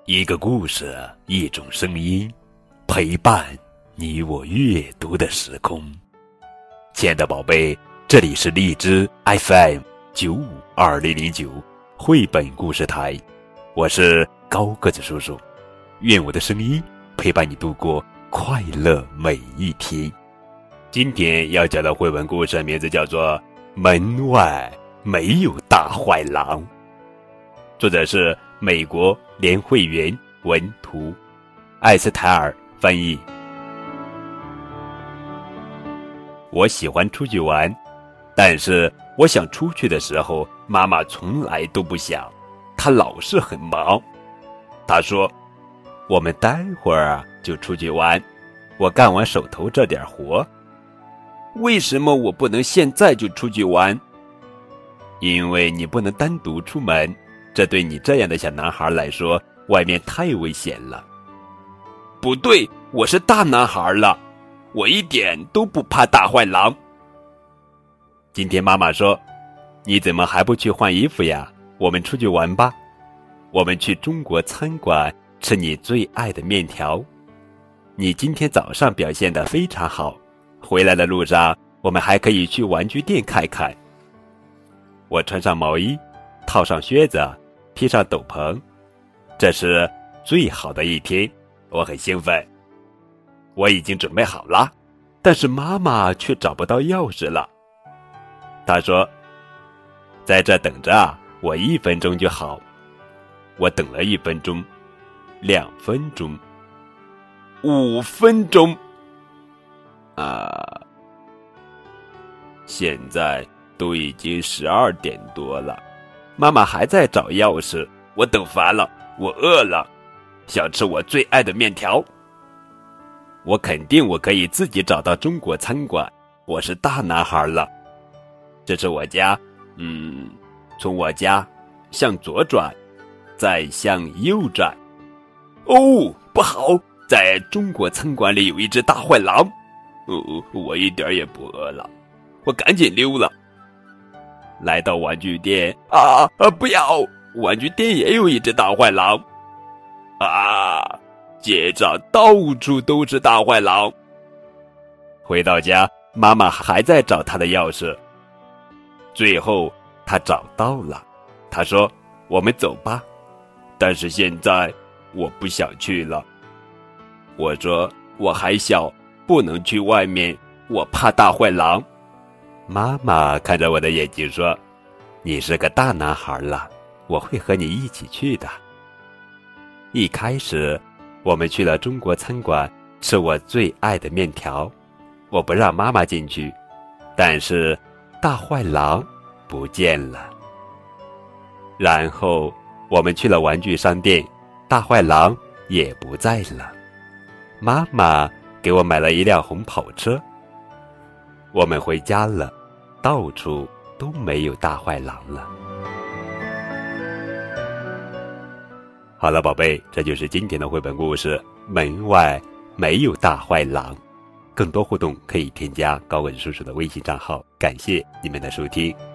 一个故事，一种声音，陪伴你我阅读的时空。亲爱的宝贝，这里是荔枝 FM952009 绘本故事台，我是高个子叔叔，愿我的声音陪伴你度过快乐每一天。今天要讲的绘本故事名字叫做《门外没有大坏狼》，作者是美国连慧媛文图，艾斯泰尔翻译。我喜欢出去玩，但是我想出去的时候，妈妈从来都不想，她老是很忙。她说，我们待会儿就出去玩，我干完手头这点活。为什么我不能现在就出去玩？因为你不能单独出门，这对你这样的小男孩来说，外面太危险了。不对，我是大男孩了，我一点都不怕大坏狼。今天妈妈说，你怎么还不去换衣服呀？我们出去玩吧。我们去中国餐馆吃你最爱的面条。你今天早上表现得非常好，回来的路上我们还可以去玩具店看看。我穿上毛衣，套上靴子，披上斗篷，这是最好的一天，我很兴奋。我已经准备好了，但是妈妈却找不到钥匙了。她说，在这等着，我1分钟就好。我等了1分钟，2分钟，5分钟，现在都已经12点多了，妈妈还在找钥匙，我等烦了，我饿了，想吃我最爱的面条。我肯定我可以自己找到中国餐馆，我是大男孩了。这是我家，从我家向左转，再向右转。哦，不好，在中国餐馆里有一只大坏狼。我一点也不饿了，我赶紧溜了。来到玩具店，不要！玩具店也有一只大坏狼。街上到处都是大坏狼。回到家，妈妈还在找她的钥匙。最后，她找到了。她说：“我们走吧。”但是现在我不想去了。我说：“我还小，不能去外面，我怕大坏狼。”妈妈看着我的眼睛说，你是个大男孩了，我会和你一起去的。一开始我们去了中国餐馆吃我最爱的面条，我不让妈妈进去，但是大坏狼不见了。然后我们去了玩具商店，大坏狼也不在了。妈妈给我买了一辆红跑车。我们回家了，到处都没有大坏狼了。好了，宝贝，这就是今天的绘本故事，门外没有大坏狼。更多互动可以添加高文叔叔的微信账号，感谢你们的收听。